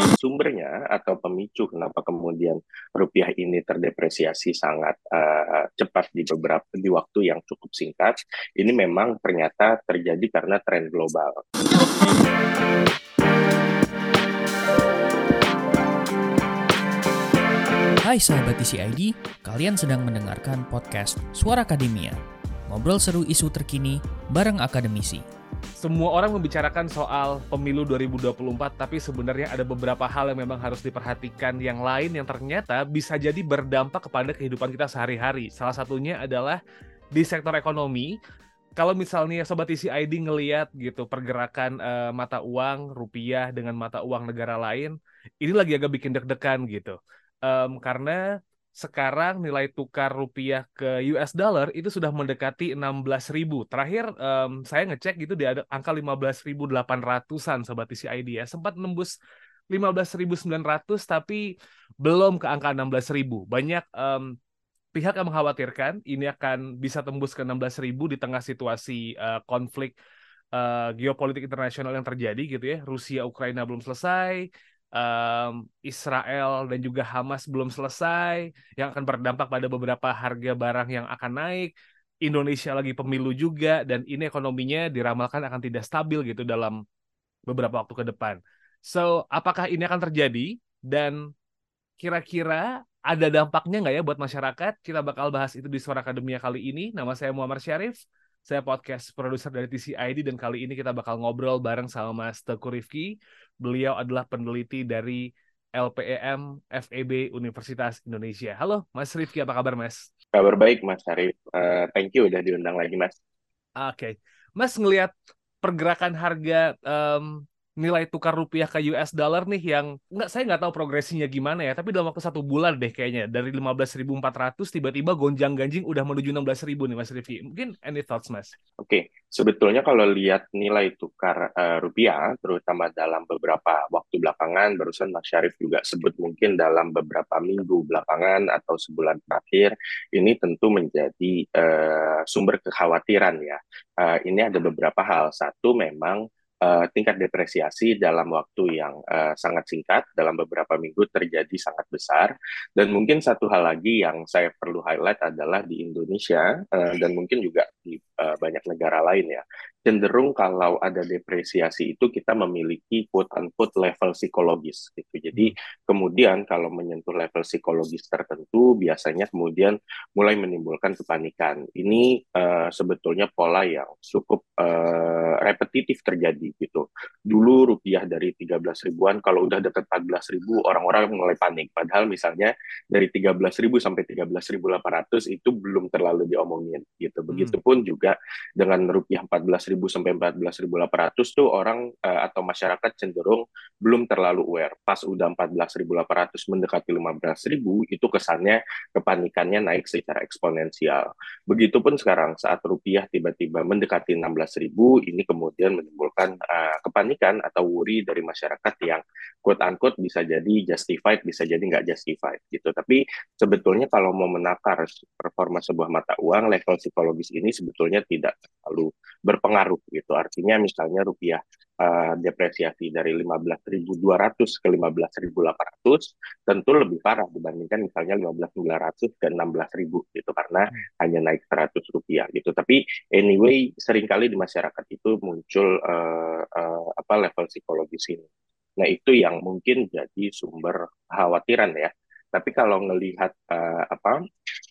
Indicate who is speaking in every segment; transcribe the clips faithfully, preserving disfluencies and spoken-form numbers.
Speaker 1: Sumbernya atau pemicu kenapa kemudian rupiah ini terdepresiasi sangat uh, cepat di beberapa di waktu yang cukup singkat, ini memang ternyata terjadi karena tren global.
Speaker 2: Hai sahabat T C I D, kalian sedang mendengarkan podcast Suara Akademia. Ngobrol seru isu terkini bareng akademisi.
Speaker 3: Semua orang membicarakan soal pemilu dua ribu dua puluh empat, tapi sebenarnya ada beberapa hal yang memang harus diperhatikan yang lain yang ternyata bisa jadi berdampak kepada kehidupan kita sehari-hari. Salah satunya adalah di sektor ekonomi. Kalau misalnya Sobat T C I D ngelihat gitu pergerakan uh, mata uang rupiah dengan mata uang negara lain, ini lagi agak bikin deg-degan gitu. Um, karena sekarang nilai tukar rupiah ke U S dollar itu sudah mendekati enam belas ribu. Terakhir um, saya ngecek gitu di ada angka lima belas ribu delapan ratusan Sobat T C I D ya. Sempat nembus lima belas ribu sembilan ratus tapi belum ke angka enam belas ribu. Banyak um, pihak yang mengkhawatirkan ini akan bisa tembus ke enam belas ribu di tengah situasi uh, konflik uh, geopolitik internasional yang terjadi gitu ya. Rusia Ukraina belum selesai, um, Israel dan juga Hamas belum selesai, yang akan berdampak pada beberapa harga barang yang akan naik. Indonesia lagi pemilu juga, dan ini ekonominya diramalkan akan tidak stabil gitu dalam beberapa waktu ke depan. So, apakah ini akan terjadi? Dan kira-kira ada dampaknya nggak ya buat masyarakat? Kita bakal bahas itu di Suara Akademia kali ini. Nama saya Muhammad Syarif. Saya podcast produser dari T C I D dan kali ini kita bakal ngobrol bareng sama Mas Teguh Rifki. Beliau adalah peneliti dari L P E M F E B Universitas Indonesia. Halo Mas Rifki, apa kabar Mas?
Speaker 1: Kabar baik, Mas Syarif. Uh, thank you udah diundang lagi, Mas.
Speaker 3: Oke, okay. Mas ngelihat pergerakan harga um, nilai tukar rupiah ke U S dollar nih yang nggak saya nggak tahu progresinya gimana ya, tapi dalam waktu satu bulan deh kayaknya dari lima belas ribu empat ratus tiba-tiba gonjang-ganjing udah menuju enam belas ribu nih Mas Rifki. Mungkin any thoughts Mas?
Speaker 1: Oke, okay. Sebetulnya kalau lihat nilai tukar uh, rupiah, terutama dalam beberapa waktu belakangan, barusan Mas Syarif juga sebut mungkin dalam beberapa minggu belakangan atau sebulan terakhir, ini tentu menjadi uh, sumber kekhawatiran ya. Uh, ini ada beberapa hal. Satu memang uh, tingkat depresiasi dalam waktu yang uh, sangat singkat, dalam beberapa minggu terjadi sangat besar. Dan mungkin satu hal lagi yang saya perlu highlight adalah di Indonesia, uh, dan mungkin juga di uh, banyak negara lain ya, cenderung kalau ada depresiasi itu kita memiliki quote-unquote level psikologis gitu. Jadi kemudian kalau menyentuh level psikologis tertentu, biasanya kemudian mulai menimbulkan kepanikan. Ini uh, sebetulnya pola yang cukup uh, repetitif terjadi gitu. Dulu rupiah dari tiga belas ribuan, kalau udah dekat empat belas ribu, orang-orang mulai panik. Padahal misalnya dari tiga belas ribu sampai tiga belas ribu delapan ratus itu belum terlalu diomongin gitu. Begitupun juga dengan rupiah empat belas ribu sampai empat belas ribu delapan ratus tuh orang uh, atau masyarakat cenderung belum terlalu aware. Pas udah empat belas ribu delapan ratus mendekati lima belas ribu, itu kesannya kepanikannya naik secara eksponensial. Begitupun sekarang saat rupiah tiba-tiba mendekati enam belas ribu, ini kemudian menimbulkan uh, kepanikan atau worry dari masyarakat yang quote-unquote bisa jadi justified, bisa jadi nggak justified gitu. Tapi sebetulnya kalau mau menakar performa sebuah mata uang, level psikologis ini sebetulnya tidak terlalu berpengaruh gitu. Artinya misalnya rupiah uh, depresiasi dari lima belas ribu dua ratus ke lima belas ribu delapan ratus tentu lebih parah dibandingkan misalnya lima belas ribu sembilan ratus ke enam belas ribu gitu, karena hmm. hanya naik seratus rupiah gitu. Tapi anyway, seringkali di masyarakat itu muncul uh, uh, apa level psikologis ini. Nah, itu yang mungkin jadi sumber kekhawatiran ya. Tapi kalau ngelihat uh, apa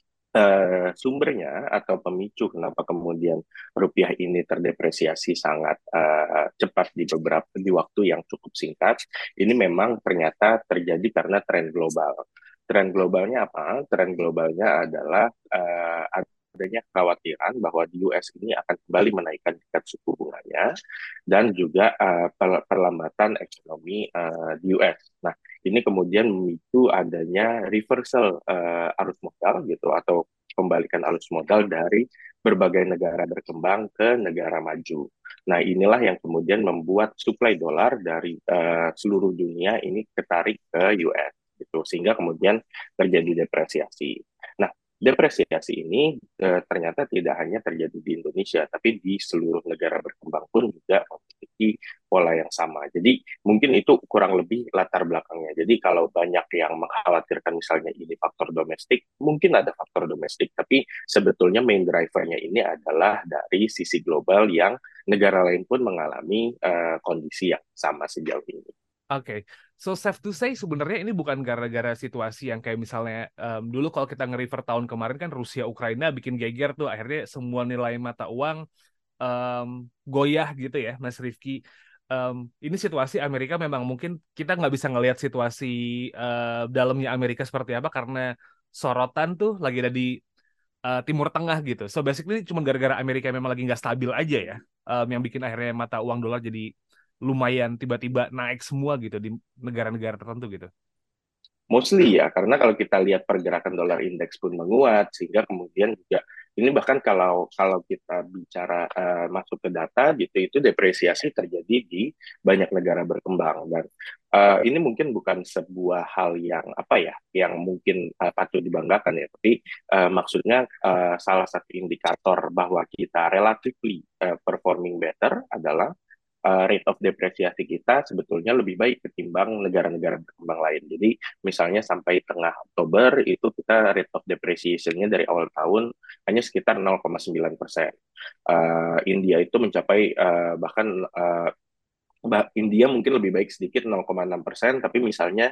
Speaker 1: Uh, sumbernya atau pemicu kenapa kemudian rupiah ini terdepresiasi sangat uh, cepat di beberapa di waktu yang cukup singkat, ini memang ternyata terjadi karena tren global. Tren globalnya apa? Tren globalnya adalah uh, adanya kekhawatiran bahwa di U S ini akan kembali menaikkan tingkat suku bunganya dan juga uh, perlambatan ekonomi uh, di U S. Nah, ini kemudian memicu adanya reversal uh, arus modal gitu atau pembalikan arus modal dari berbagai negara berkembang ke negara maju. Nah, inilah yang kemudian membuat suplai dolar dari uh, seluruh dunia ini ketarik ke U S gitu, sehingga kemudian terjadi depresiasi. Nah, depresiasi ini eh, ternyata tidak hanya terjadi di Indonesia, tapi di seluruh negara berkembang pun juga memiliki pola yang sama. Jadi mungkin itu kurang lebih latar belakangnya. Jadi kalau banyak yang mengkhawatirkan misalnya ini faktor domestik, mungkin ada faktor domestik, tapi sebetulnya main drivernya ini adalah dari sisi global yang negara lain pun mengalami uh, kondisi yang sama sejauh ini.
Speaker 3: Oke, okay. So safe to say sebenarnya ini bukan gara-gara situasi yang kayak misalnya um, dulu kalau kita nge-refer tahun kemarin kan Rusia Ukraina bikin geger tuh akhirnya semua nilai mata uang um, goyah gitu ya, Mas Rifki. Um, ini situasi Amerika memang mungkin kita nggak bisa ngelihat situasi uh, dalamnya Amerika seperti apa karena sorotan tuh lagi ada di uh, Timur Tengah gitu. So basically cuma gara-gara Amerika memang lagi nggak stabil aja ya, um, yang bikin akhirnya mata uang dolar jadi lumayan tiba-tiba naik semua gitu di negara-negara tertentu gitu.
Speaker 1: Mostly ya, karena kalau kita lihat pergerakan dolar indeks pun menguat, sehingga kemudian juga ini bahkan kalau kalau kita bicara uh, masuk ke data gitu, itu depresiasi terjadi di banyak negara berkembang dan uh, ini mungkin bukan sebuah hal yang apa ya, yang mungkin uh, patut dibanggakan ya, tapi uh, maksudnya uh, salah satu indikator bahwa kita relatively uh, performing better adalah uh, rate of depresiasi kita sebetulnya lebih baik ketimbang negara-negara berkembang lain. Jadi misalnya sampai tengah Oktober itu kita rate of depreciation-nya dari awal tahun hanya sekitar nol koma sembilan persen. Uh, India itu mencapai uh, bahkan uh, India mungkin lebih baik sedikit nol koma enam persen, tapi misalnya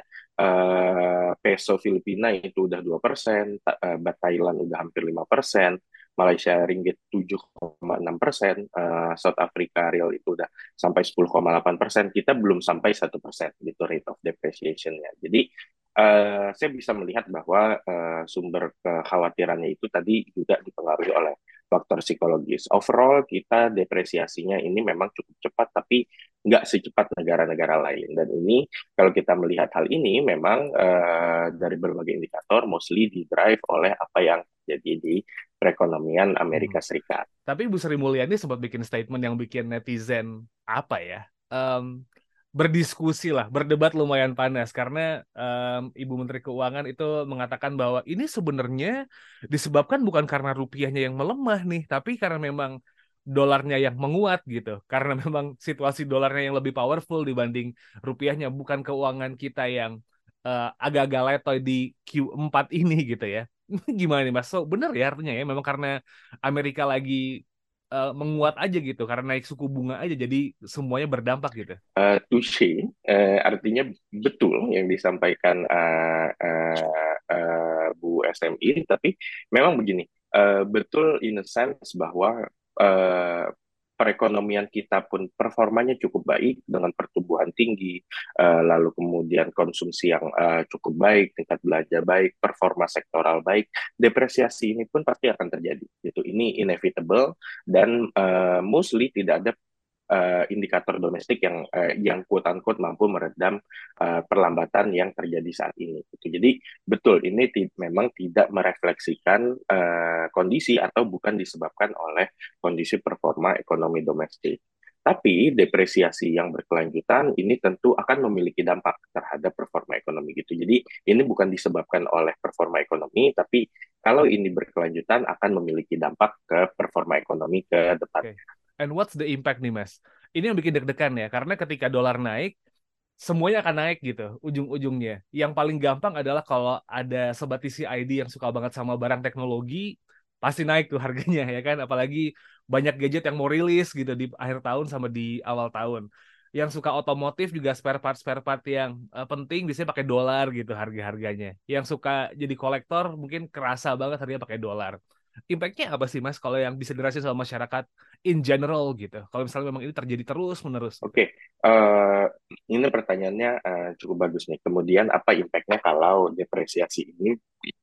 Speaker 1: uh, peso Filipina itu udah dua persen, uh, Thailand udah hampir lima persen, Malaysia ringgit tujuh koma enam persen, uh, South Africa real itu udah sampai sepuluh koma delapan persen, kita belum sampai satu persen gitu rate of depreciation-nya. Jadi uh, saya bisa melihat bahwa uh, sumber kekhawatirannya itu tadi juga dipengaruhi oleh faktor psikologis. Overall kita depresiasinya ini memang cukup cepat, tapi nggak secepat negara-negara lain. Dan ini kalau kita melihat hal ini memang uh, dari berbagai indikator mostly di-drive oleh apa yang terjadi di perekonomian Amerika
Speaker 3: Hmm.
Speaker 1: Serikat.
Speaker 3: Tapi Ibu Sri Mulyani sempat bikin statement yang bikin netizen apa ya? Um, berdiskusi lah, berdebat lumayan panas karena um, Ibu Menteri Keuangan itu mengatakan bahwa ini sebenarnya disebabkan bukan karena rupiahnya yang melemah nih, tapi karena memang dolarnya yang menguat gitu. Karena memang situasi dolarnya yang lebih powerful dibanding rupiahnya, bukan keuangan kita yang uh, agak-agak letoy di Q empat ini gitu ya. Gimana nih Mas? So bener ya artinya ya memang karena Amerika lagi uh, menguat aja gitu karena naik suku bunga aja jadi semuanya berdampak gitu.
Speaker 1: Uh, touche, uh, artinya betul yang disampaikan uh, uh, uh, Bu S M I, tapi memang begini, uh, betul in a sense bahwa uh, perekonomian kita pun performanya cukup baik dengan pertumbuhan tinggi, uh, lalu kemudian konsumsi yang uh, cukup baik, tingkat belanja baik, performa sektoral baik, depresiasi ini pun pasti akan terjadi. Gitu. Ini inevitable dan uh, mostly tidak ada uh, indikator domestik yang uh, yang quote unquote mampu meredam uh, perlambatan yang terjadi saat ini. Gitu. Jadi betul ini ti- memang tidak merefleksikan uh, kondisi atau bukan disebabkan oleh kondisi performa ekonomi domestik. Tapi depresiasi yang berkelanjutan ini tentu akan memiliki dampak terhadap performa ekonomi gitu. Jadi ini bukan disebabkan oleh performa ekonomi, tapi kalau ini berkelanjutan akan memiliki dampak ke performa ekonomi ke depan.
Speaker 3: Oke. And what's the impact nih Mas? Ini yang bikin deg-degan ya karena ketika dolar naik semuanya akan naik gitu ujung-ujungnya. Yang paling gampang adalah kalau ada sobat T C I D yang suka banget sama barang teknologi pasti naik tuh harganya ya kan, apalagi banyak gadget yang mau rilis gitu di akhir tahun sama di awal tahun. Yang suka otomotif juga spare part spare part yang uh, penting biasanya pakai dolar gitu harga-harganya. Yang suka jadi kolektor mungkin kerasa banget harganya pakai dolar. Impact-nya apa sih Mas kalau yang bisa dirasain sama masyarakat in general gitu? Kalau misalnya memang ini terjadi terus-menerus gitu.
Speaker 1: Oke, uh, ini pertanyaannya uh, cukup bagus nih. Kemudian apa impact-nya kalau depresiasi ini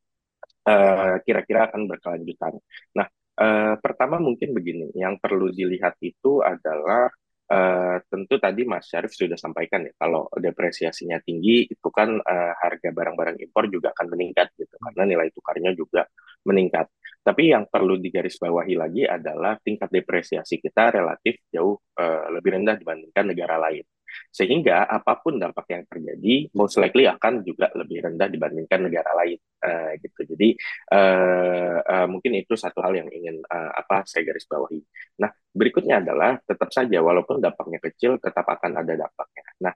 Speaker 1: uh, kira-kira akan berkelanjutan? Nah, uh, pertama mungkin begini, yang perlu dilihat itu adalah uh, tentu tadi Mas Syarif sudah sampaikan ya, kalau depresiasinya tinggi itu kan uh, harga barang-barang impor juga akan meningkat gitu, karena nilai tukarnya juga meningkat. Tapi yang perlu digarisbawahi lagi adalah tingkat depresiasi kita relatif jauh uh, lebih rendah dibandingkan negara lain. Sehingga apapun dampak yang terjadi, most likely akan juga lebih rendah dibandingkan negara lain. Uh, gitu. Jadi uh, uh, mungkin itu satu hal yang ingin uh, apa saya garis bawahi. Nah, berikutnya adalah tetap saja walaupun dampaknya kecil, tetap akan ada dampaknya. Nah,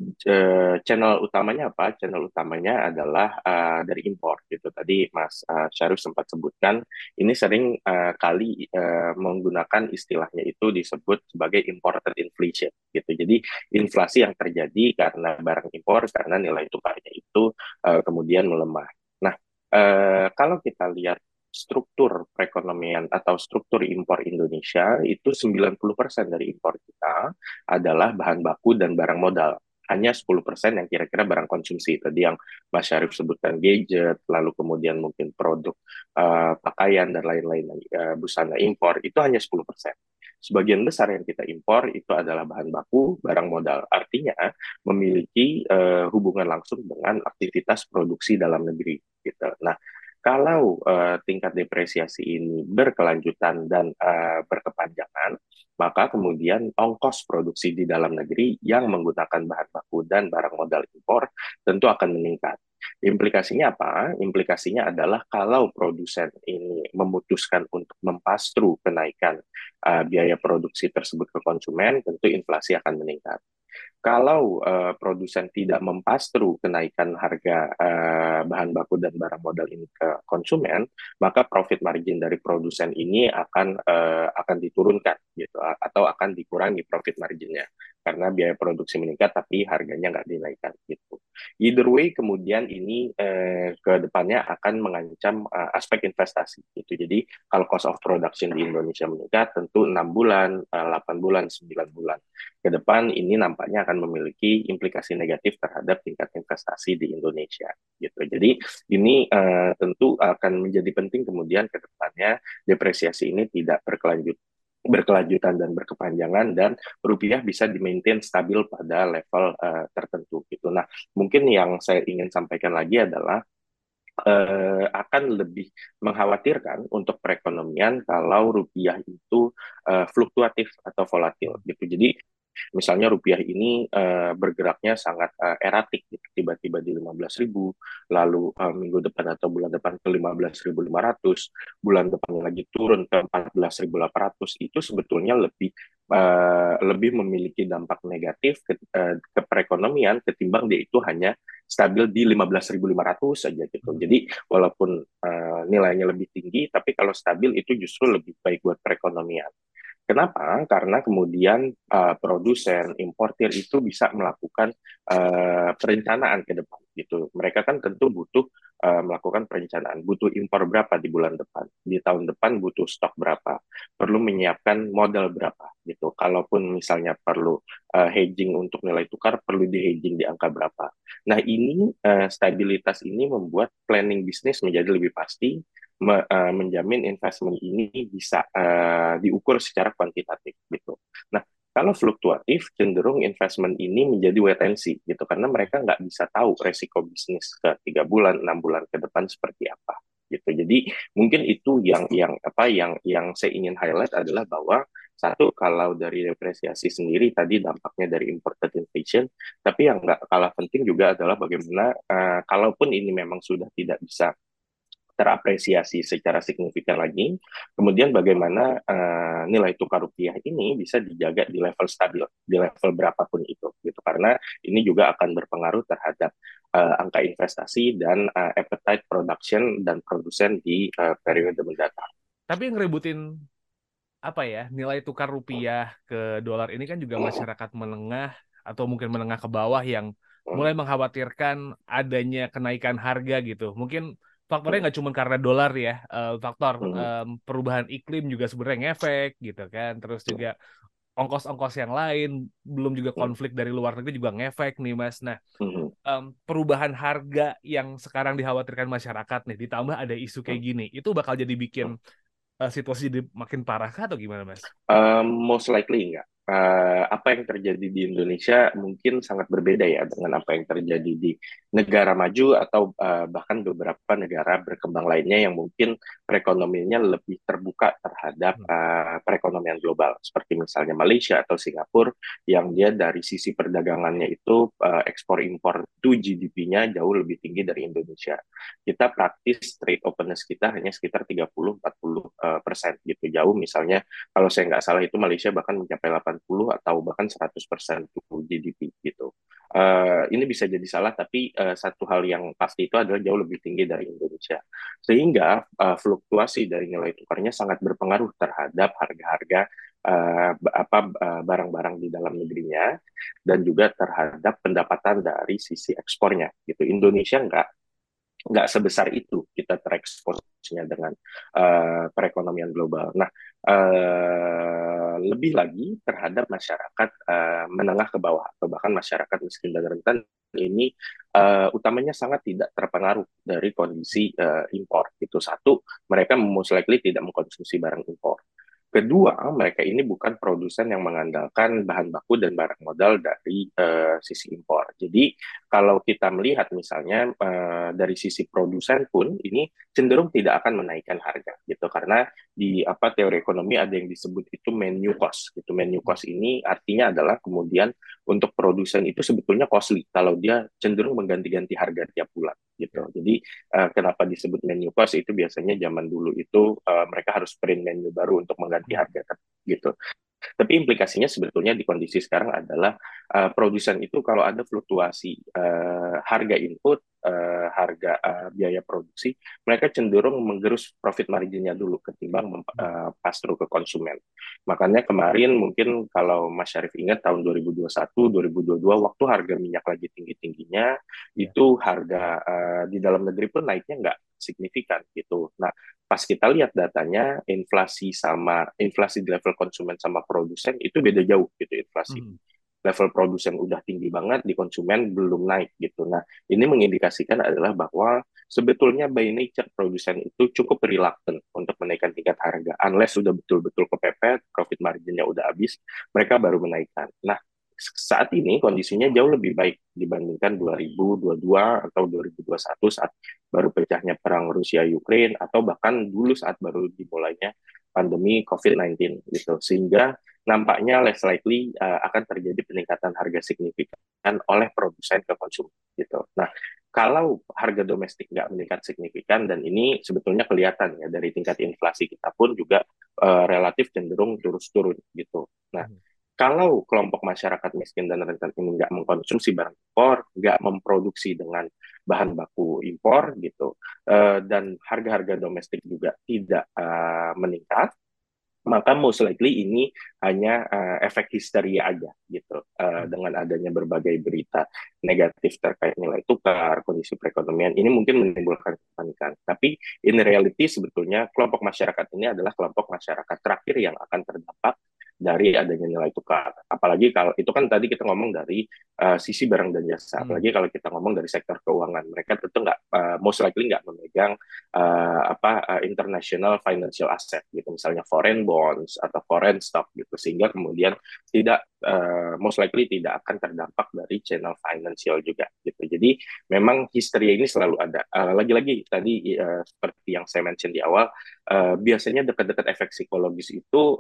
Speaker 1: eh, channel utamanya apa? Channel utamanya adalah uh, dari impor gitu. Tadi Mas uh, Syarif sempat sebutkan ini sering uh, kali uh, menggunakan istilahnya itu disebut sebagai imported inflation gitu. Jadi inflasi yang terjadi karena barang impor karena nilai tukarnya itu uh, kemudian melemah. Nah, uh, kalau kita lihat struktur perekonomian atau struktur impor Indonesia itu sembilan puluh persen dari impor kita adalah bahan baku dan barang modal. Hanya sepuluh persen yang kira-kira barang konsumsi. Tadi yang Mas Syarif sebutkan gadget, lalu kemudian mungkin produk uh, pakaian dan lain-lain, uh, busana impor, itu hanya sepuluh persen. Sebagian besar yang kita impor itu adalah bahan baku, barang modal. Artinya memiliki uh, hubungan langsung dengan aktivitas produksi dalam negeri. Gitu. Nah, kalau uh, tingkat depresiasi ini berkelanjutan dan uh, berkepanjangan, maka kemudian ongkos produksi di dalam negeri yang menggunakan bahan baku dan barang modal impor tentu akan meningkat. Implikasinya apa? Implikasinya adalah kalau produsen ini memutuskan untuk mempastru kenaikan uh, biaya produksi tersebut ke konsumen, tentu inflasi akan meningkat. Kalau uh, produsen tidak mempastru kenaikan harga uh, bahan baku dan barang modal ini ke konsumen, maka profit margin dari produsen ini akan uh, akan diturunkan gitu, atau akan dikurangi profit marginnya karena biaya produksi meningkat tapi harganya nggak dinaikkan gitu. Either way, kemudian ini uh, ke depannya akan mengancam uh, aspek investasi gitu. Jadi kalau cost of production di Indonesia meningkat, tentu enam bulan, uh, delapan bulan, sembilan bulan ke depan ini nampaknya akan memiliki implikasi negatif terhadap tingkat investasi di Indonesia gitu. Jadi ini uh, tentu akan menjadi penting kemudian ke depannya depresiasi ini tidak berkelanjut berkelanjutan dan berkepanjangan dan rupiah bisa di-maintain stabil pada level uh, tertentu gitu. Nah, mungkin yang saya ingin sampaikan lagi adalah uh, akan lebih mengkhawatirkan untuk perekonomian kalau rupiah itu uh, fluktuatif atau volatil gitu. Jadi misalnya rupiah ini uh, bergeraknya sangat uh, eratik, gitu. Tiba-tiba di lima belas ribu, lalu uh, minggu depan atau bulan depan ke lima belas ribu lima ratus, bulan depan lagi turun ke empat belas ribu delapan ratus, itu sebetulnya lebih uh, lebih memiliki dampak negatif ke, uh, ke perekonomian ketimbang dia itu hanya stabil di lima belas ribu lima ratus saja gitu. Jadi walaupun uh, nilainya lebih tinggi, tapi kalau stabil itu justru lebih baik buat perekonomian. Kenapa? Karena kemudian uh, produsen, importir itu bisa melakukan uh, perencanaan ke depan gitu. Mereka kan tentu butuh uh, melakukan perencanaan, butuh impor berapa di bulan depan, di tahun depan butuh stok berapa, perlu menyiapkan modal berapa gitu. Kalaupun misalnya perlu uh, hedging untuk nilai tukar, perlu di hedging di angka berapa. Nah ini uh, stabilitas ini membuat planning bisnis menjadi lebih pasti, me, uh, menjamin investment ini bisa uh, diukur secara kuantitatif gitu. Nah, kalau fluktuatif cenderung investment ini menjadi wait and see gitu karena mereka nggak bisa tahu resiko bisnis ke tiga bulan, enam bulan ke depan seperti apa gitu. Jadi mungkin itu yang yang apa yang yang saya ingin highlight adalah bahwa satu, kalau dari depresiasi sendiri tadi dampaknya dari imported inflation, tapi yang nggak kalah penting juga adalah bagaimana uh, kalaupun ini memang sudah tidak bisa terapresiasi secara signifikan lagi. Kemudian bagaimana uh, nilai tukar rupiah ini bisa dijaga di level stabil, di level berapapun itu, gitu. Karena ini juga akan berpengaruh terhadap uh, angka investasi dan uh, appetite production dan produsen di uh, periode mendatang.
Speaker 3: Tapi yang ngeributin apa ya nilai tukar rupiah ke dolar ini kan juga masyarakat menengah atau mungkin menengah ke bawah yang mulai mengkhawatirkan adanya kenaikan harga gitu. Mungkin faktornya nggak cuma karena dolar ya, uh, faktor um, perubahan iklim juga sebenarnya ngefek gitu kan. Terus juga ongkos-ongkos yang lain, belum juga konflik dari luar negeri juga ngefek nih Mas. Nah, um, perubahan harga yang sekarang dikhawatirkan masyarakat nih, ditambah ada isu kayak gini, itu bakal jadi bikin uh, situasi jadi makin parah kah atau gimana Mas?
Speaker 1: Um, most likely enggak. Uh, apa yang terjadi di Indonesia mungkin sangat berbeda ya dengan apa yang terjadi di negara maju atau uh, bahkan beberapa negara berkembang lainnya yang mungkin perekonomiannya lebih terbuka terhadap
Speaker 3: Hmm.
Speaker 1: uh, perekonomian global, seperti misalnya Malaysia atau Singapura, yang dia dari sisi perdagangannya itu uh, ekspor impor itu G D P-nya jauh lebih tinggi dari Indonesia. Kita praktis trade openness kita hanya sekitar tiga puluh sampai empat puluh uh, persen gitu, jauh misalnya kalau saya nggak salah itu Malaysia bahkan mencapai delapan puluh atau bahkan seratus persen G D P gitu. Uh, ini bisa jadi salah, tapi uh, satu hal yang pasti itu adalah jauh lebih tinggi dari Indonesia. Sehingga uh, fluktuasi dari nilai tukarnya sangat berpengaruh terhadap harga-harga uh, apa uh, barang-barang di dalam negerinya dan juga terhadap pendapatan dari sisi ekspornya. Gitu. Indonesia nggak nggak sebesar itu kita tereksposnya dengan uh, perekonomian global. Nah, uh, lebih lagi terhadap masyarakat uh, menengah ke bawah atau bahkan masyarakat miskin dan rentan ini uh, utamanya sangat tidak terpengaruh dari kondisi uh, impor. Itu satu, mereka most likely tidak mengkonsumsi barang impor. Kedua, mereka ini bukan produsen yang mengandalkan bahan baku dan barang modal dari uh, sisi impor. Jadi, kalau kita melihat misalnya uh, dari sisi produsen pun ini cenderung tidak akan menaikkan harga gitu karena di apa teori ekonomi ada yang disebut itu menu cost gitu. Menu cost ini artinya adalah kemudian untuk produsen itu sebetulnya costly kalau dia cenderung mengganti-ganti harga tiap bulan gitu. Jadi uh, kenapa disebut menu cost itu biasanya zaman dulu itu uh, mereka harus print menu baru untuk mengganti harga gitu. Tapi implikasinya sebetulnya di kondisi sekarang adalah uh, produsen itu kalau ada fluktuasi uh, harga input, uh, harga uh, biaya produksi, mereka cenderung menggerus profit marginnya dulu ketimbang uh, pass through ke konsumen. Makanya kemarin mungkin kalau Mas Syarif ingat tahun dua ribu dua puluh satu, dua ribu dua puluh dua waktu harga minyak lagi tinggi-tingginya,
Speaker 3: Ya.
Speaker 1: itu harga uh, di dalam negeri pun naiknya nggak signifikan gitu. Nah, pas kita lihat datanya inflasi sama inflasi di level konsumen sama produsen itu beda jauh gitu inflasi.
Speaker 3: Hmm.
Speaker 1: Level produsen udah tinggi banget, di konsumen belum naik gitu. Nah, ini mengindikasikan adalah bahwa sebetulnya by nature produsen itu cukup reluctant untuk menaikkan tingkat harga. Unless sudah betul-betul kepepet, profit marginnya udah habis, mereka baru menaikkan. Nah, saat ini kondisinya jauh lebih baik dibandingkan dua ribu dua puluh dua atau dua ribu dua puluh satu saat baru pecahnya perang Rusia-Ukraine atau bahkan dulu saat baru dimulainya pandemi covid sembilan belas gitu. Sehingga nampaknya less likely uh, akan terjadi peningkatan harga signifikan oleh produsen ke konsumen gitu. Nah, kalau harga domestik nggak meningkat signifikan dan ini sebetulnya kelihatan ya dari tingkat inflasi kita pun juga uh, relatif cenderung terus turun gitu. Nah, kalau kelompok masyarakat miskin dan rentan ini nggak mengkonsumsi barang impor, nggak memproduksi dengan bahan baku impor gitu, uh, dan harga-harga domestik juga tidak uh, meningkat, maka most likely ini hanya uh, efek histeria aja gitu uh, dengan adanya berbagai berita negatif terkait nilai tukar, kondisi perekonomian ini mungkin menimbulkan kepanikan. Tapi in reality sebetulnya kelompok masyarakat ini adalah kelompok masyarakat terakhir yang akan terdampak dari adanya nilai tukar. Apalagi kalau itu kan tadi kita ngomong dari uh, sisi barang dan jasa. Apalagi kalau kita ngomong dari sektor keuangan, mereka tentu nggak uh, most likely nggak memegang uh, apa uh, international financial asset gitu, misalnya foreign bonds atau foreign stock gitu, sehingga kemudian tidak uh, most likely tidak akan terdampak dari channel financial juga gitu. Jadi memang histeria ini selalu ada. Uh, lagi-lagi tadi uh, seperti yang saya mention di awal, uh, biasanya dekat-dekat efek psikologis itu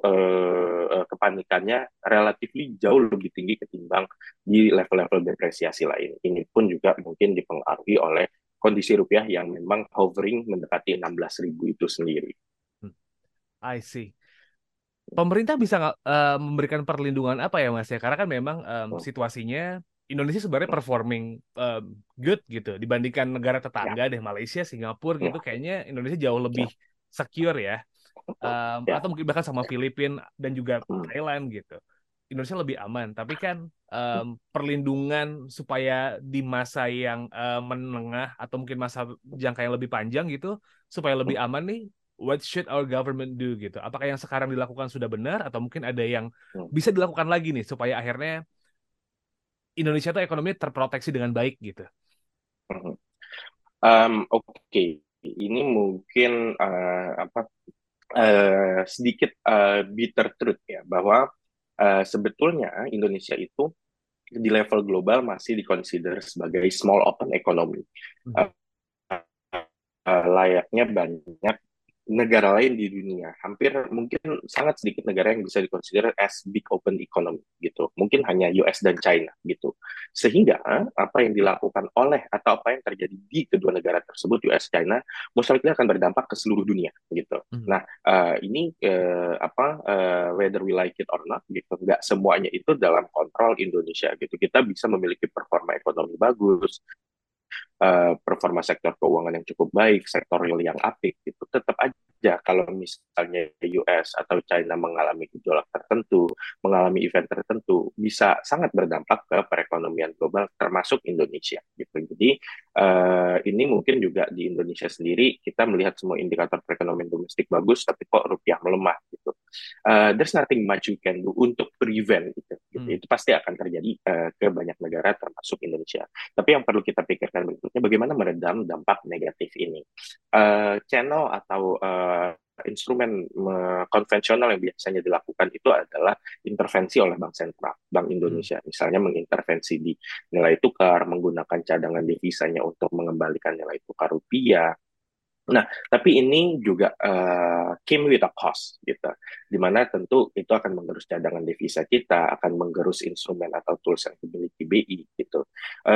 Speaker 1: uh, kepanikannya relatif jauh lebih tinggi ketimbang di level-level depresiasi lain. Ini pun juga mungkin dipengaruhi oleh kondisi rupiah yang memang hovering mendekati enam belas ribu itu sendiri.
Speaker 3: I see. Pemerintah bisa nggak uh, memberikan perlindungan apa ya Mas ya? Karena kan memang um, situasinya Indonesia sebenarnya performing um, good gitu dibandingkan negara
Speaker 1: Ya,
Speaker 3: tetangga deh, Malaysia, Singapura gitu.
Speaker 1: ya,
Speaker 3: Kayaknya Indonesia jauh
Speaker 1: ya,
Speaker 3: lebih secure ya. Um,
Speaker 1: ya.
Speaker 3: atau mungkin bahkan sama Filipina dan juga
Speaker 1: Hmm.
Speaker 3: Thailand gitu. Indonesia lebih aman, tapi kan um, perlindungan supaya di masa yang uh, menengah atau mungkin masa jangka yang lebih panjang gitu, supaya lebih aman nih, what should our government do gitu? Apakah yang sekarang dilakukan sudah benar atau mungkin ada yang bisa dilakukan lagi nih supaya akhirnya Indonesia tuh ekonominya terproteksi dengan baik gitu?
Speaker 1: Um, Oke, okay. Ini mungkin uh, apa uh, sedikit uh, bitter truth ya bahwa uh, sebetulnya Indonesia itu di level global masih dikonsider sebagai small open economy.
Speaker 3: Mhm.
Speaker 1: Uh, uh, layaknya banyak negara lain di dunia, hampir mungkin sangat sedikit negara yang bisa dikonsider as big open economy gitu. Mungkin hanya U S dan China gitu. Sehingga apa yang dilakukan oleh atau apa yang terjadi di kedua negara tersebut, U S China, most likely akan berdampak ke seluruh dunia gitu.
Speaker 3: Mhm.
Speaker 1: Nah, uh, ini uh, apa uh, whether we like it or not gitu. Nggak semuanya itu dalam kontrol Indonesia gitu. Kita bisa memiliki performa ekonomi bagus, uh, performa sektor keuangan yang cukup baik, sektor real yang apik, gitu. Tetap aja kalau misalnya U S atau China mengalami gejolak tertentu, mengalami event tertentu, bisa sangat berdampak ke perekonomian global, termasuk Indonesia. Gitu. Jadi uh, ini mungkin juga di Indonesia sendiri kita melihat semua indikator perekonomian domestik bagus, tapi kok rupiah melemah. Gitu. Uh, there's nothing much you can do untuk prevent gitu. gitu.
Speaker 3: Hmm.
Speaker 1: Itu pasti akan terjadi uh, ke banyak negara, termasuk Indonesia. Tapi yang perlu kita pikirkan berikutnya, bagaimana meredam dampak negatif ini. Uh, channel atau uh, instrumen uh, konvensional yang biasanya dilakukan itu adalah intervensi oleh Bank Sentral, Bank
Speaker 3: Hmm.
Speaker 1: Indonesia. Misalnya mengintervensi di nilai tukar, menggunakan cadangan devisanya untuk mengembalikan nilai tukar rupiah. Nah, tapi ini juga uh, came with a cost, gitu. Dimana tentu itu akan menggerus cadangan devisa kita, akan menggerus instrumen atau tools yang dimiliki B I, gitu.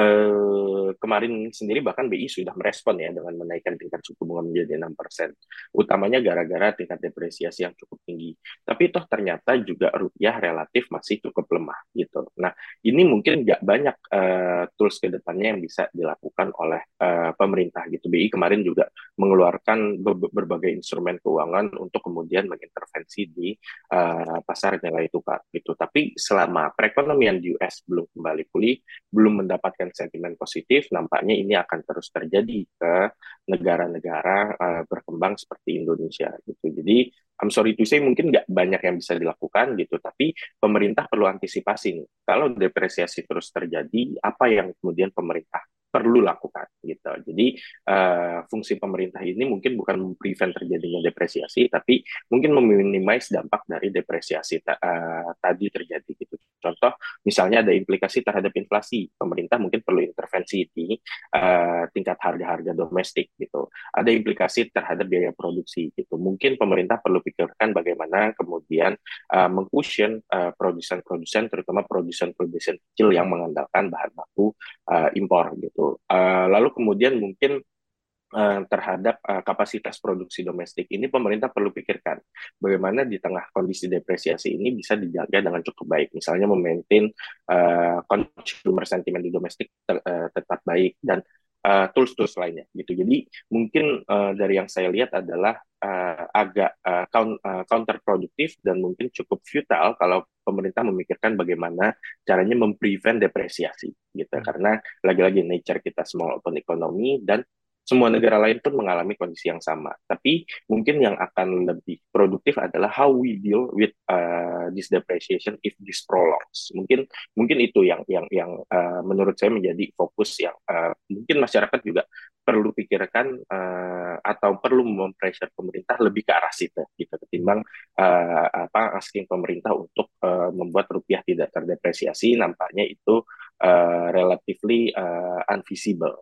Speaker 1: Uh, kemarin sendiri bahkan B I sudah merespon ya dengan menaikkan tingkat suku bunga menjadi enam persen. Utamanya gara-gara tingkat depresiasi yang cukup tinggi. Tapi toh ternyata juga rupiah relatif masih cukup lemah, gitu. Nah, ini mungkin nggak banyak uh, tools ke depannya yang bisa dilakukan oleh uh, pemerintah, gitu. B I kemarin juga mengeluarkan berbagai instrumen keuangan untuk kemudian mengintervensi di uh, pasar nilai tukar gitu. Tapi selama perekonomian di U S belum kembali pulih, belum mendapatkan sentimen positif, nampaknya ini akan terus terjadi ke negara-negara uh, berkembang seperti Indonesia gitu. Jadi I'm sorry to say mungkin nggak banyak yang bisa dilakukan gitu, tapi pemerintah perlu antisipasi nih. Kalau depresiasi terus terjadi, apa yang kemudian pemerintah perlu lakukan gitu. Jadi uh, fungsi pemerintah ini mungkin bukan memprevent terjadinya depresiasi, tapi mungkin meminimais dampak dari depresiasi ta uh, tadi terjadi gitu. Contoh, misalnya ada implikasi terhadap inflasi, pemerintah mungkin perlu intervensi di uh, tingkat harga-harga domestik gitu. Ada implikasi terhadap biaya produksi gitu. Mungkin pemerintah perlu pikirkan bagaimana kemudian uh, mengcushion uh, produsen-produsen, terutama produsen-produsen kecil yang mengandalkan bahan baku uh, impor gitu. Uh, lalu kemudian mungkin uh, terhadap uh, kapasitas produksi domestik ini pemerintah perlu pikirkan bagaimana di tengah kondisi depresiasi ini bisa dijaga dengan cukup baik. Misalnya memaintain uh, consumer sentiment di domestik ter, uh, tetap baik dan uh, tools-tools lainnya gitu. Jadi mungkin uh, dari yang saya lihat adalah uh, agak uh, count, uh, counterproduktif dan mungkin cukup futile kalau pemerintah memikirkan bagaimana caranya memprevent depresiasi gitu.
Speaker 3: Hmm.
Speaker 1: Karena lagi-lagi nature kita small open economy dan semua negara lain pun mengalami kondisi yang sama. Tapi mungkin yang akan lebih produktif adalah how we deal with uh, this depreciation if this prolongs. Mungkin mungkin itu yang yang yang uh, menurut saya menjadi fokus yang uh, mungkin masyarakat juga perlu pikirkan uh, atau perlu mempressure pemerintah lebih ke arah situ gitu ketimbang uh, apa asking pemerintah untuk uh, membuat rupiah tidak terdepresiasi. Nampaknya itu uh, relatively uh, unfeasible.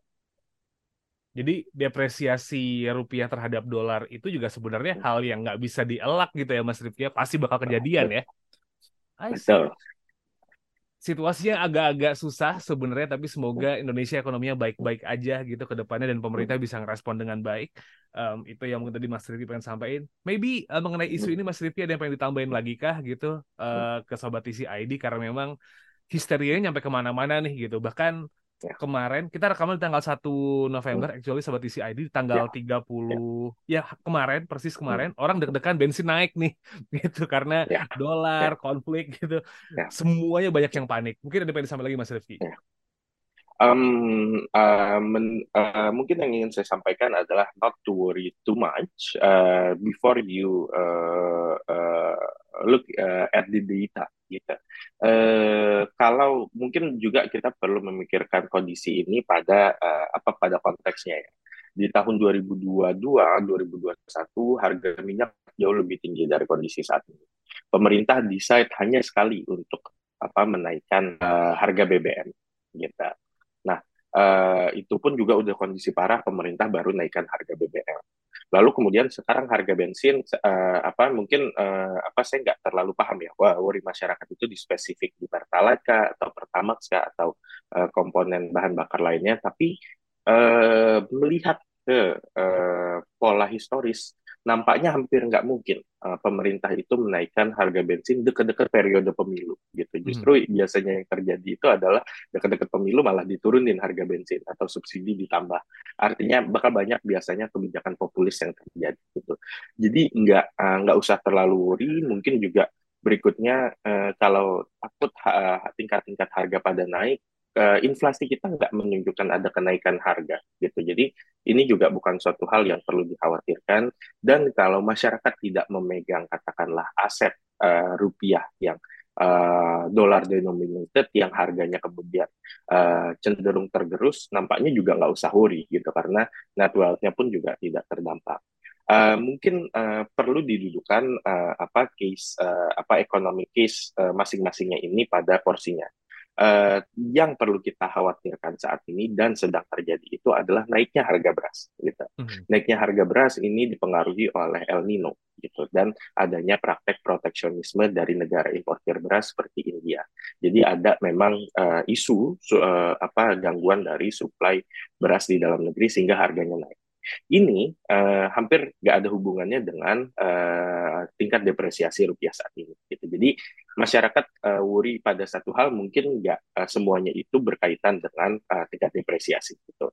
Speaker 3: Jadi depresiasi rupiah terhadap dolar itu juga sebenarnya hal yang nggak bisa dielak gitu ya Mas Rifki, pasti bakal kejadian ya. I see.
Speaker 1: Betul.
Speaker 3: Situasinya agak-agak susah sebenarnya, tapi semoga Indonesia ekonominya baik-baik aja gitu ke depannya dan pemerintah bisa ngerespon dengan baik. Um, itu yang mungkin tadi Mas Rifki pengen sampaikan. Maybe uh, mengenai isu ini Mas Rifki ada yang pengen ditambahin lagi kah gitu uh, ke Sobat T C I D, karena memang histerianya nyampe kemana-mana nih gitu. Bahkan
Speaker 1: Ya,
Speaker 3: kemarin kita rekaman di tanggal satu November, actually Sobat T C I D di tanggal
Speaker 1: ya,
Speaker 3: tiga
Speaker 1: ya,
Speaker 3: puluh ya kemarin, persis kemarin orang deg-degan bensin naik nih gitu karena
Speaker 1: ya,
Speaker 3: dolar,
Speaker 1: ya,
Speaker 3: konflik gitu.
Speaker 1: ya,
Speaker 3: Semuanya banyak yang panik. Mungkin ada yang pengen disampaikan lagi Mas Rifki.
Speaker 1: ya. Um, uh, men, uh, mungkin yang ingin saya sampaikan adalah not to worry too much uh, before you uh, uh, look uh, at the data gitu. Uh, kalau mungkin juga kita perlu memikirkan kondisi ini pada uh, apa pada konteksnya ya. Di tahun dua ribu dua puluh dua, dua ribu dua puluh satu harga minyak jauh lebih tinggi dari kondisi saat ini. Pemerintah decide hanya sekali untuk apa menaikkan uh, harga B B M gitu. Nah, uh, itu pun juga udah kondisi parah, pemerintah baru naikkan harga B B M. Lalu kemudian sekarang harga bensin uh, apa mungkin uh, apa saya nggak terlalu paham ya, wah worry masyarakat itu di spesifik di Pertalite kah atau Pertamax kah atau uh, komponen bahan bakar lainnya, tapi uh, melihat ke uh, pola historis nampaknya hampir nggak mungkin uh, pemerintah itu menaikkan harga bensin dekat-dekat periode pemilu gitu. Justru hmm. biasanya yang terjadi itu adalah dekat-dekat pemilu malah diturunin harga bensin atau subsidi ditambah. Artinya bakal banyak biasanya kebijakan populis yang terjadi gitu. Jadi nggak uh, nggak usah terlalu worry. Mungkin juga berikutnya uh, kalau takut uh, tingkat-tingkat harga pada naik, uh, inflasi kita nggak menunjukkan ada kenaikan harga gitu. Jadi ini juga bukan suatu hal yang perlu dikhawatirkan. Dan kalau masyarakat tidak memegang katakanlah aset uh, rupiah yang uh, dollar denominated yang harganya kemudian uh, cenderung tergerus, nampaknya juga nggak usah worry gitu karena net wealth-nya pun juga tidak terdampak. Uh, mungkin uh, perlu didudukan uh, apa case uh, apa ekonomi case uh, masing-masingnya ini pada porsinya. Uh, yang perlu kita khawatirkan saat ini dan sedang terjadi itu adalah naiknya harga beras. Gitu. Mm-hmm. Naiknya harga beras ini dipengaruhi oleh El Nino gitu dan adanya praktek proteksionisme dari negara importir beras seperti India. Jadi ada memang uh, isu uh, apa gangguan dari suplai beras di dalam negeri sehingga harganya naik. Ini uh, hampir nggak ada hubungannya dengan uh, tingkat depresiasi rupiah saat ini. Gitu. Jadi masyarakat uh, worry pada satu hal mungkin nggak uh, semuanya itu berkaitan dengan uh, tingkat depresiasi. Gitu.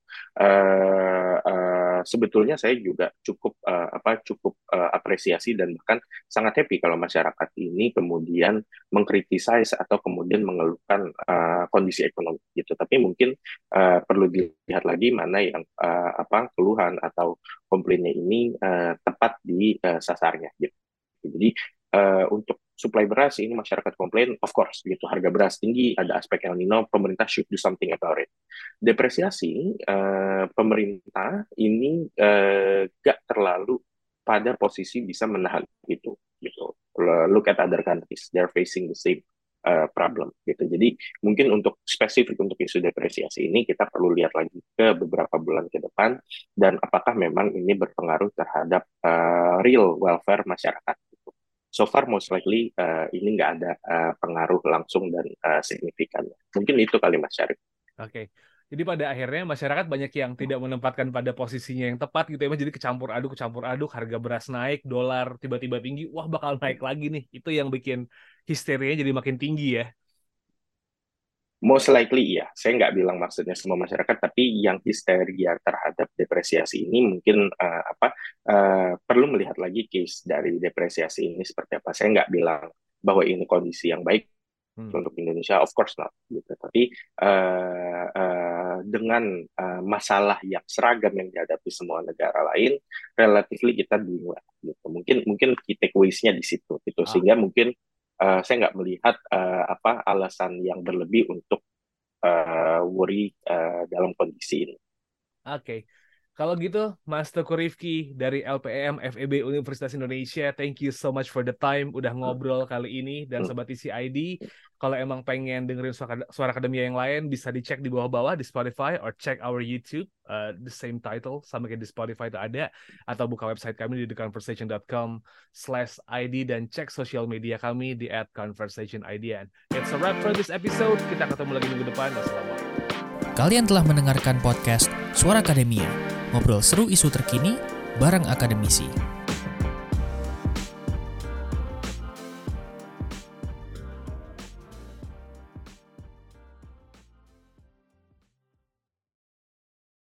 Speaker 1: Uh, uh, sebetulnya saya juga cukup uh, apa cukup uh, apresiasi dan bahkan sangat happy kalau masyarakat ini kemudian mengkritisi atau kemudian mengeluhkan uh, kondisi ekonomi. Gitu. Tapi mungkin uh, perlu dilihat lagi mana yang uh, apa keluhan atau komplainnya ini uh, tepat di uh, sasarnya gitu. Jadi uh, untuk suplai beras ini masyarakat komplain, of course gitu, harga beras tinggi, ada aspek El Nino, pemerintah should do something about it. Depresiasi uh, pemerintah ini uh, gak terlalu pada posisi bisa menahan itu gitu. Look at other countries, they're facing the same Uh, problem gitu. Jadi mungkin untuk spesifik untuk isu depresiasi ini kita perlu lihat lagi ke beberapa bulan ke depan dan apakah memang ini berpengaruh terhadap uh, real welfare masyarakat. Gitu. So far most likely uh, ini nggak ada uh, pengaruh langsung dan uh, signifikan. Mungkin itu kali Mas Syarif.
Speaker 3: Oke. Okay. Jadi pada akhirnya masyarakat banyak yang tidak menempatkan pada posisinya yang tepat gitu ya, jadi kecampur aduk, kecampur aduk, harga beras naik, dolar tiba-tiba tinggi, wah bakal naik lagi nih. Itu yang bikin histerianya jadi makin tinggi ya.
Speaker 1: Most likely iya. Saya nggak bilang maksudnya semua masyarakat, tapi yang histeria terhadap depresiasi ini mungkin uh, apa uh, perlu melihat lagi case dari depresiasi ini seperti apa. Saya nggak bilang bahwa ini kondisi yang baik Hmm. untuk Indonesia, of course not gitu. Tapi uh, uh, dengan uh, masalah yang seragam yang dihadapi semua negara lain, relatively kita bingung gitu. Mungkin mungkin key takeaways-nya di situ gitu. Ah. Sehingga mungkin uh, saya nggak melihat uh, apa alasan yang berlebih untuk uh, worry uh, dalam kondisi ini.
Speaker 3: Oke. Okay. Kalau gitu, Mas Teguh Rifki dari L P E M F E B Universitas Indonesia, thank you so much for the time udah ngobrol kali ini. Dan Sobat T C I D, kalau emang pengen dengerin suara, suara akademia yang lain, bisa dicek di bawah-bawah di Spotify or check our YouTube, uh, the same title, sama kayak di Spotify itu ada, atau buka website kami di theconversation dot com slash I D dan cek sosial media kami di at conversation I D. And it's a wrap for this episode. Kita ketemu lagi minggu depan. Wassalamualaikum.
Speaker 2: Kalian telah mendengarkan podcast Suara Akademia. Ngobrol seru isu terkini bareng akademisi.